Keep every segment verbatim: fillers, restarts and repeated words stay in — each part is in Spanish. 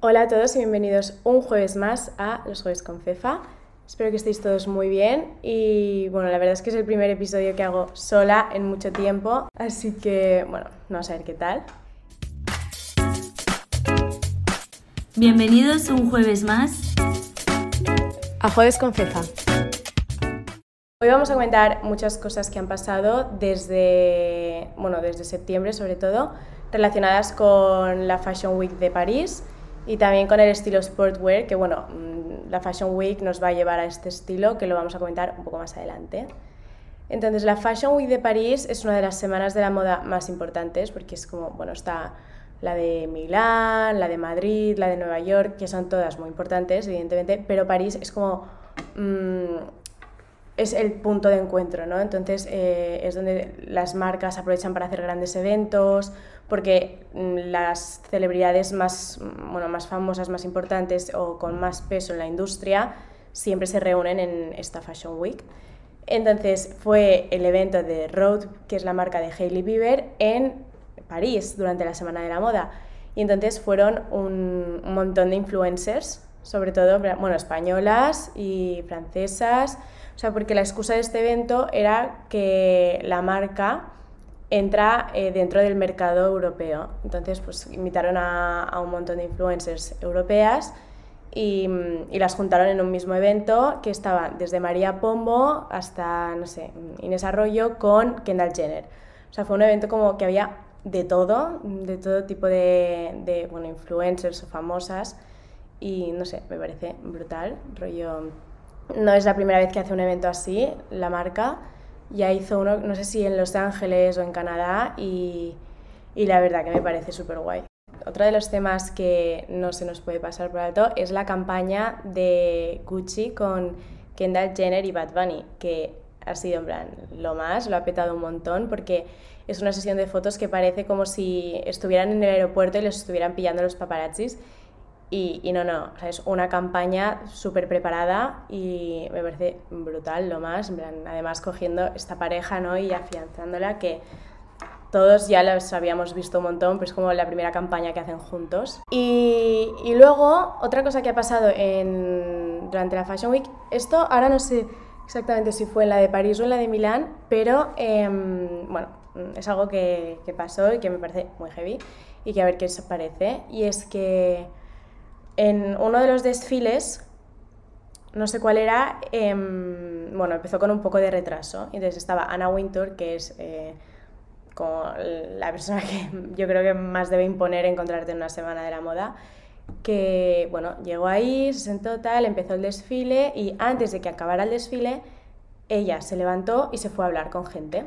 Hola a todos y bienvenidos un jueves más a Los Jueves con Fefa. Espero que estéis todos muy bien y bueno, la verdad es que es el primer episodio que hago sola en mucho tiempo, así que bueno, vamos a ver qué tal. Bienvenidos un jueves más a Jueves con Fefa. Hoy vamos a comentar muchas cosas que han pasado desde, bueno, desde septiembre sobre todo, relacionadas con la Fashion Week de París y también con el estilo sportwear, que bueno, la Fashion Week nos va a llevar a este estilo, que lo vamos a comentar un poco más adelante. Entonces, la Fashion Week de París es una de las semanas de la moda más importantes, porque es como, bueno, está la de Milán, la de Madrid, la de Nueva York, que son todas muy importantes, evidentemente, pero París es como... Mmm, es el punto de encuentro, ¿no? Entonces eh, es donde las marcas aprovechan para hacer grandes eventos, porque las celebridades más, bueno, más famosas, más importantes o con más peso en la industria siempre se reúnen en esta Fashion Week. Entonces fue el evento de Rode, que es la marca de Hailey Bieber, en París durante la Semana de la Moda. Y entonces fueron un, un montón de influencers, sobre todo, bueno, españolas y francesas. O sea, porque la excusa de este evento era que la marca entra eh, dentro del mercado europeo. Entonces, pues invitaron a, a un montón de influencers europeas y, y las juntaron en un mismo evento que estaba desde María Pombo hasta, no sé, Inés Arroyo con Kendall Jenner. O sea, fue un evento como que había de todo, de todo tipo de, de bueno, influencers o famosas y, no sé, me parece brutal, rollo... No es la primera vez que hace un evento así, la marca. Ya hizo uno, no sé si en Los Ángeles o en Canadá, y, y la verdad que me parece súper guay. Otro de los temas que no se nos puede pasar por alto es la campaña de Gucci con Kendall Jenner y Bad Bunny, que ha sido en plan lo más, lo ha petado un montón, porque es una sesión de fotos que parece como si estuvieran en el aeropuerto y les estuvieran pillando los paparazzis. Y, y no, no, o sea, es una campaña súper preparada y me parece brutal lo más, en plan, además cogiendo esta pareja, ¿no? Y afianzándola, que todos ya los habíamos visto un montón, pero es como la primera campaña que hacen juntos. Y, y luego, otra cosa que ha pasado en, durante la Fashion Week, esto ahora no sé exactamente si fue en la de París o en la de Milán, pero eh, bueno, es algo que, que pasó y que me parece muy heavy y que a ver qué os parece. Y es que en uno de los desfiles, no sé cuál era, eh, bueno, empezó con un poco de retraso. Entonces estaba Anna Wintour, que es eh, como la persona que yo creo que más debe imponer encontrarte en una semana de la moda, que, bueno, llegó ahí, se sentó tal, empezó el desfile y antes de que acabara el desfile, ella se levantó y se fue a hablar con gente.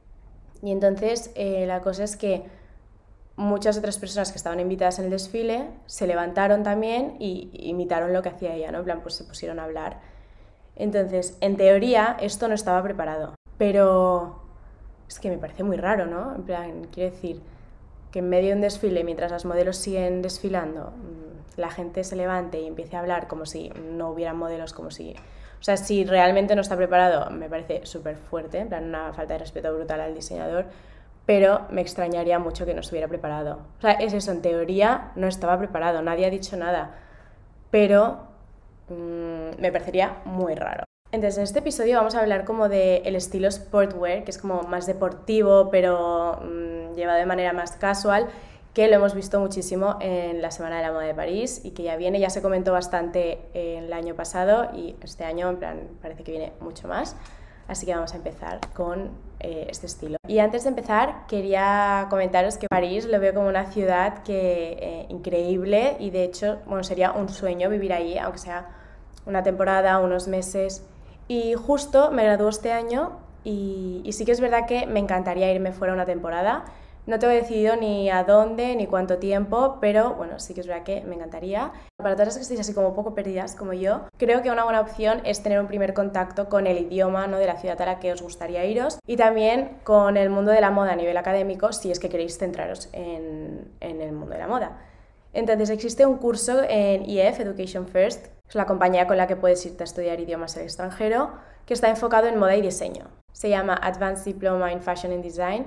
Y entonces eh, la cosa es que muchas otras personas que estaban invitadas en el desfile se levantaron también y imitaron lo que hacía ella, ¿no? En plan, pues se pusieron a hablar. Entonces, en teoría, esto no estaba preparado, pero es que me parece muy raro, ¿no? En plan, quiero decir, que en medio de un desfile, mientras las modelos siguen desfilando, la gente se levante y empiece a hablar como si no hubieran modelos, como si... O sea, si realmente no está preparado, me parece súper fuerte, en plan, una falta de respeto brutal al diseñador, pero me extrañaría mucho que no estuviera preparado. O sea, es eso, en teoría no estaba preparado, nadie ha dicho nada, pero mmm, me parecería muy raro. Entonces, en este episodio vamos a hablar como del estilo sportwear, que es como más deportivo, pero mmm, llevado de manera más casual, que lo hemos visto muchísimo en la Semana de la Moda de París y que ya viene, ya se comentó bastante el año pasado y este año, en plan, parece que viene mucho más. Así que vamos a empezar con eh, este estilo. Y antes de empezar, quería comentaros que París lo veo como una ciudad que eh, increíble y de hecho, bueno, sería un sueño vivir ahí, aunque sea una temporada, unos meses. Y justo me graduó este año y, y sí que es verdad que me encantaría irme fuera una temporada. No tengo decidido ni a dónde ni cuánto tiempo, pero bueno, sí que es verdad que me encantaría. Para todas las que estéis así como un poco perdidas como yo, creo que una buena opción es tener un primer contacto con el idioma, ¿no?, de la ciudad a la que os gustaría iros y también con el mundo de la moda a nivel académico si es que queréis centraros en, en el mundo de la moda. Entonces existe un curso en E F, Education First, es la compañía con la que puedes irte a estudiar idiomas al extranjero, que está enfocado en moda y diseño. Se llama Advanced Diploma in Fashion and Design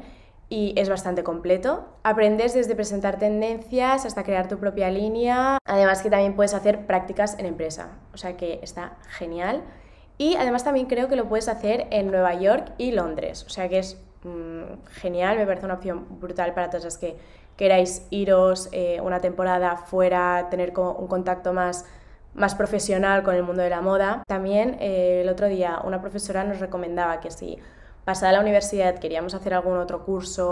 y es bastante completo. Aprendes desde presentar tendencias hasta crear tu propia línea, además que también puedes hacer prácticas en empresa, o sea que está genial. Y además también creo que lo puedes hacer en Nueva York y Londres, o sea que es mmm, genial, me parece una opción brutal para todas las que queráis iros eh, una temporada fuera, tener un contacto más, más profesional con el mundo de la moda. También eh, el otro día una profesora nos recomendaba que si pasada la universidad queríamos hacer algún otro curso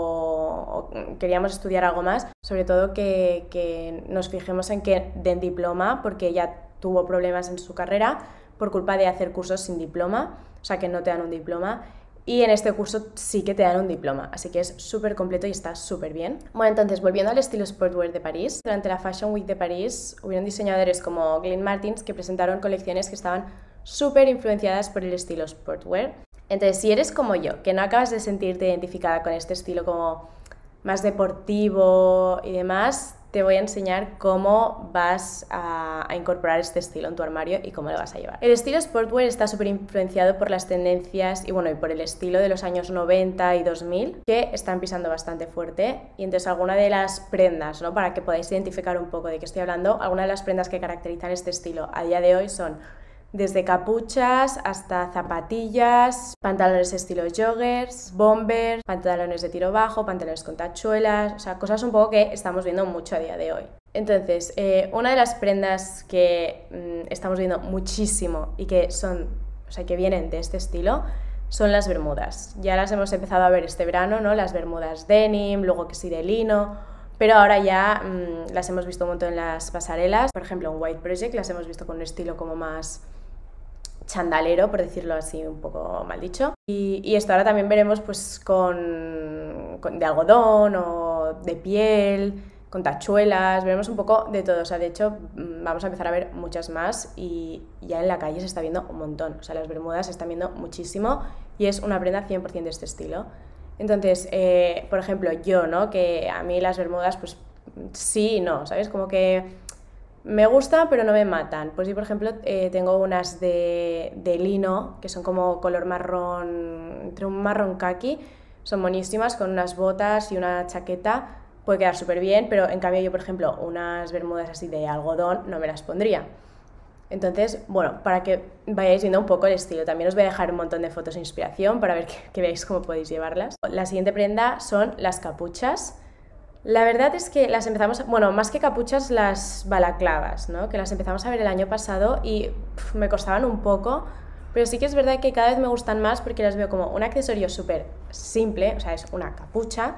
o, o queríamos estudiar algo más, sobre todo que, que nos fijemos en que den diploma, porque ella tuvo problemas en su carrera por culpa de hacer cursos sin diploma, o sea que no te dan un diploma. Y en este curso sí que te dan un diploma, así que es súper completo y está súper bien. Bueno, entonces, volviendo al estilo sportwear de París, durante la Fashion Week de París hubieron diseñadores como Glenn Martins que presentaron colecciones que estaban súper influenciadas por el estilo sportwear. Entonces, si eres como yo, que no acabas de sentirte identificada con este estilo como más deportivo y demás, te voy a enseñar cómo vas a, a incorporar este estilo en tu armario y cómo lo vas a llevar. El estilo sportwear está súper influenciado por las tendencias y bueno, y por el estilo de los años noventa y dos mil, que están pisando bastante fuerte. Y entonces alguna de las prendas, ¿no? Para que podáis identificar un poco de qué estoy hablando, algunas de las prendas que caracterizan este estilo a día de hoy son desde capuchas hasta zapatillas, pantalones estilo joggers, bombers, pantalones de tiro bajo, pantalones con tachuelas, o sea, cosas un poco que estamos viendo mucho a día de hoy. Entonces, eh, una de las prendas que mmm, estamos viendo muchísimo y que son, o sea, que vienen de este estilo, son las bermudas. Ya las hemos empezado a ver este verano, ¿no? Las bermudas denim, luego que sí de lino, pero ahora ya mmm, las hemos visto un montón en las pasarelas. Por ejemplo, en White Project las hemos visto con un estilo como más chandalero, por decirlo así un poco mal dicho. Y, y esto ahora también veremos pues con, con de algodón o de piel, con tachuelas, veremos un poco de todo. O sea, de hecho vamos a empezar a ver muchas más y ya en la calle se está viendo un montón. O sea, las bermudas se están viendo muchísimo y es una prenda cien por ciento de este estilo. Entonces, eh, por ejemplo, yo, ¿no? Que a mí las bermudas pues sí y no, ¿sabes? Como que me gustan, pero no me matan. Pues yo, por ejemplo, eh, tengo unas de, de lino, que son como color marrón, entre un marrón caqui. Son buenísimas, con unas botas y una chaqueta. Puede quedar súper bien, pero en cambio yo, por ejemplo, unas bermudas así de algodón no me las pondría. Entonces, bueno, para que vayáis viendo un poco el estilo. También os voy a dejar un montón de fotos de inspiración para ver que, que veáis cómo podéis llevarlas. La siguiente prenda son las capuchas. La verdad es que las empezamos, bueno, más que capuchas, las balaclavas, ¿no? Que las empezamos a ver el año pasado y pff, me costaban un poco, pero sí que es verdad que cada vez me gustan más porque las veo como un accesorio súper simple, o sea, es una capucha,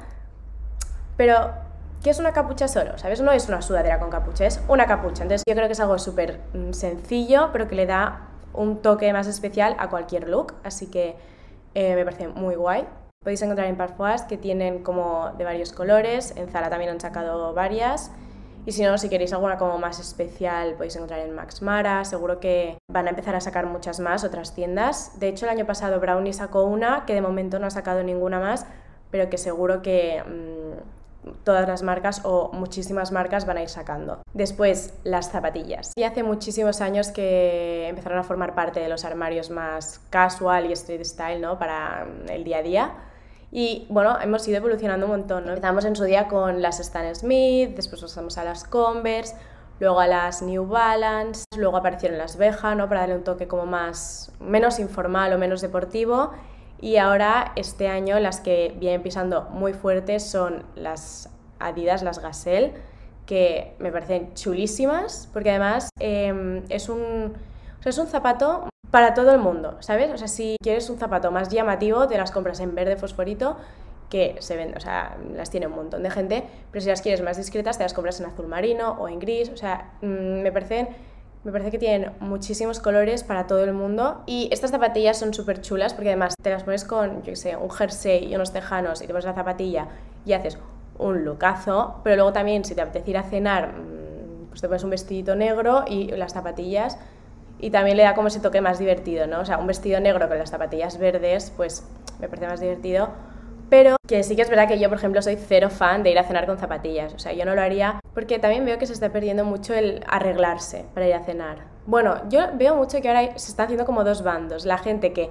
pero ¿qué es una capucha solo? ¿Sabes? No es una sudadera con capucha, es una capucha. Entonces yo creo que es algo súper sencillo, pero que le da un toque más especial a cualquier look, así que eh, me parece muy guay. Podéis encontrar en Parfois, que tienen como de varios colores, en Zara también han sacado varias, y si no, si queréis alguna como más especial, podéis encontrar en Max Mara. Seguro que van a empezar a sacar muchas más, otras tiendas. De hecho, el año pasado Brownie sacó una, que de momento no ha sacado ninguna más, pero que seguro que mmm, todas las marcas o muchísimas marcas van a ir sacando. Después, las zapatillas. Y hace muchísimos años que empezaron a formar parte de los armarios más casual y street style, ¿no? Para el día a día. Y bueno, hemos ido evolucionando un montón, ¿no? Empezamos en su día con las Stan Smith, después pasamos a las Converse, luego a las New Balance, luego aparecieron las Veja, ¿no? Para darle un toque como más, menos informal o menos deportivo. Y ahora, este año, las que vienen pisando muy fuertes son las Adidas, las Gazelle, que me parecen chulísimas, porque además eh, es un, o sea, es un zapato para todo el mundo, ¿sabes? O sea, si quieres un zapato más llamativo, te las compras en verde fosforito, que se venden, o sea, las tiene un montón de gente, pero si las quieres más discretas, te las compras en azul marino o en gris, o sea, mmm, me parecen, me parece que tienen muchísimos colores para todo el mundo. Y estas zapatillas son súper chulas, porque además te las pones con, yo qué sé, un jersey y unos tejanos, y te pones la zapatilla y haces un lookazo, pero luego también, si te apetece ir a cenar, pues te pones un vestidito negro y las zapatillas, y también le da como ese toque más divertido, ¿no? O sea, un vestido negro con las zapatillas verdes, pues me parece más divertido, pero que sí que es verdad que yo, por ejemplo, soy cero fan de ir a cenar con zapatillas, o sea, yo no lo haría, porque también veo que se está perdiendo mucho el arreglarse para ir a cenar. Bueno, yo veo mucho que ahora se está haciendo como dos bandos, la gente que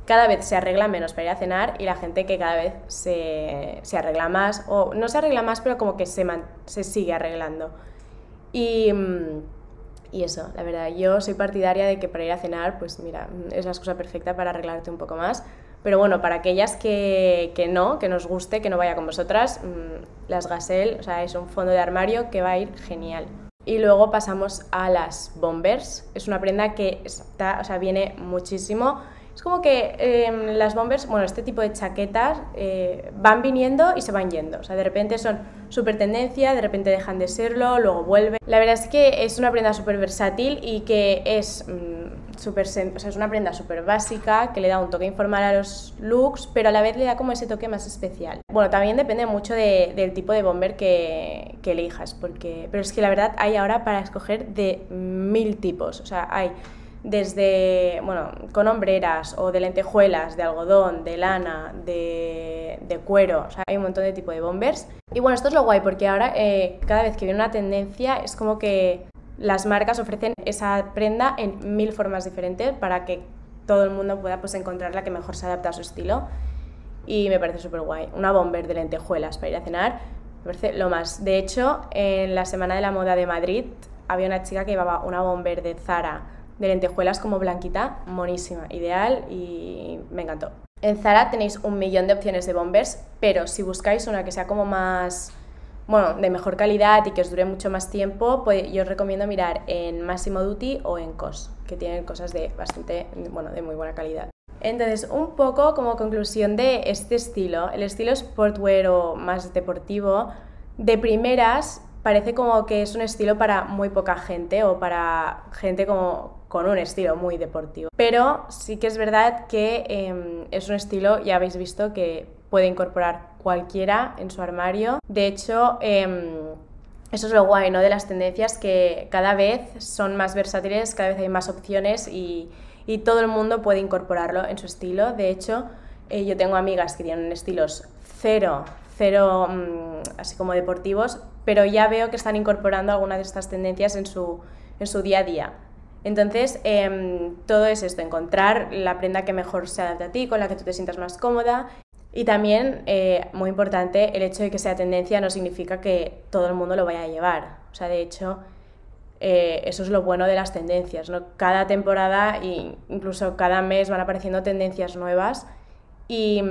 cada vez se arregla menos para ir a cenar y la gente que cada vez se, se arregla más, o no se arregla más, pero como que se, man, se sigue arreglando. Y, y eso, la verdad, yo soy partidaria de que para ir a cenar, pues mira, es la excusa perfecta para arreglarte un poco más. Pero bueno, para aquellas que, que no, que nos guste, que no vaya con vosotras, mmm, las Gazelle, o sea, es un fondo de armario que va a ir genial. Y luego pasamos a las bombers. Es una prenda que está, o sea, viene muchísimo. Es como que eh, las bombers, bueno, este tipo de chaquetas eh, van viniendo y se van yendo. O sea, de repente son súper tendencia, de repente dejan de serlo, luego vuelven. La verdad es que es una prenda súper versátil y que es, mmm, super, o sea, es una prenda súper básica, que le da un toque informal a los looks, pero a la vez le da como ese toque más especial. Bueno, también depende mucho de, del tipo de bomber que, que elijas, porque, pero es que la verdad hay ahora para escoger de mil tipos. O sea, hay desde, bueno, con hombreras o de lentejuelas, de algodón, de lana, de, de cuero, o sea, hay un montón de tipo de bombers. Y bueno, esto es lo guay porque ahora eh, cada vez que viene una tendencia es como que las marcas ofrecen esa prenda en mil formas diferentes para que todo el mundo pueda pues encontrar la que mejor se adapta a su estilo y me parece súper guay. Una bomber de lentejuelas para ir a cenar me parece lo más. De hecho, en la Semana de la Moda de Madrid había una chica que llevaba una bomber de Zara de lentejuelas como blanquita, monísima, ideal y me encantó. En Zara tenéis un millón de opciones de bombers, pero si buscáis una que sea como más, bueno, de mejor calidad y que os dure mucho más tiempo, pues yo os recomiendo mirar en Massimo Dutti o en C O S, que tienen cosas de bastante, bueno, de muy buena calidad. Entonces, un poco como conclusión de este estilo, el estilo sportwear o más deportivo, de primeras parece como que es un estilo para muy poca gente o para gente como con un estilo muy deportivo. Pero sí que es verdad que eh, es un estilo, ya habéis visto, que puede incorporar cualquiera en su armario. De hecho, eh, eso es lo guay, ¿no?, de las tendencias, que cada vez son más versátiles, cada vez hay más opciones y, y todo el mundo puede incorporarlo en su estilo. De hecho, eh, yo tengo amigas que tienen estilos cero, cero mmm, así como deportivos, pero ya veo que están incorporando algunas de estas tendencias en su, en su día a día. Entonces, eh, todo es esto, encontrar la prenda que mejor se adapte a ti, con la que tú te sientas más cómoda. Y también, eh, muy importante, el hecho de que sea tendencia no significa que todo el mundo lo vaya a llevar. O sea, de hecho, eh, eso es lo bueno de las tendencias, ¿no? Cada temporada e incluso cada mes van apareciendo tendencias nuevas y,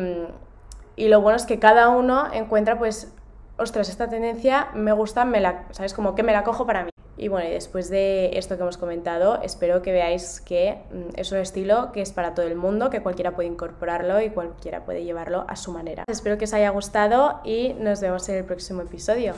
y lo bueno es que cada uno encuentra, pues, ostras, esta tendencia me gusta, me la, ¿sabes? Como que me la cojo para mí. Y bueno, y después de esto que hemos comentado, espero que veáis que mm, es un estilo que es para todo el mundo, que cualquiera puede incorporarlo y cualquiera puede llevarlo a su manera. Espero que os haya gustado y nos vemos en el próximo episodio.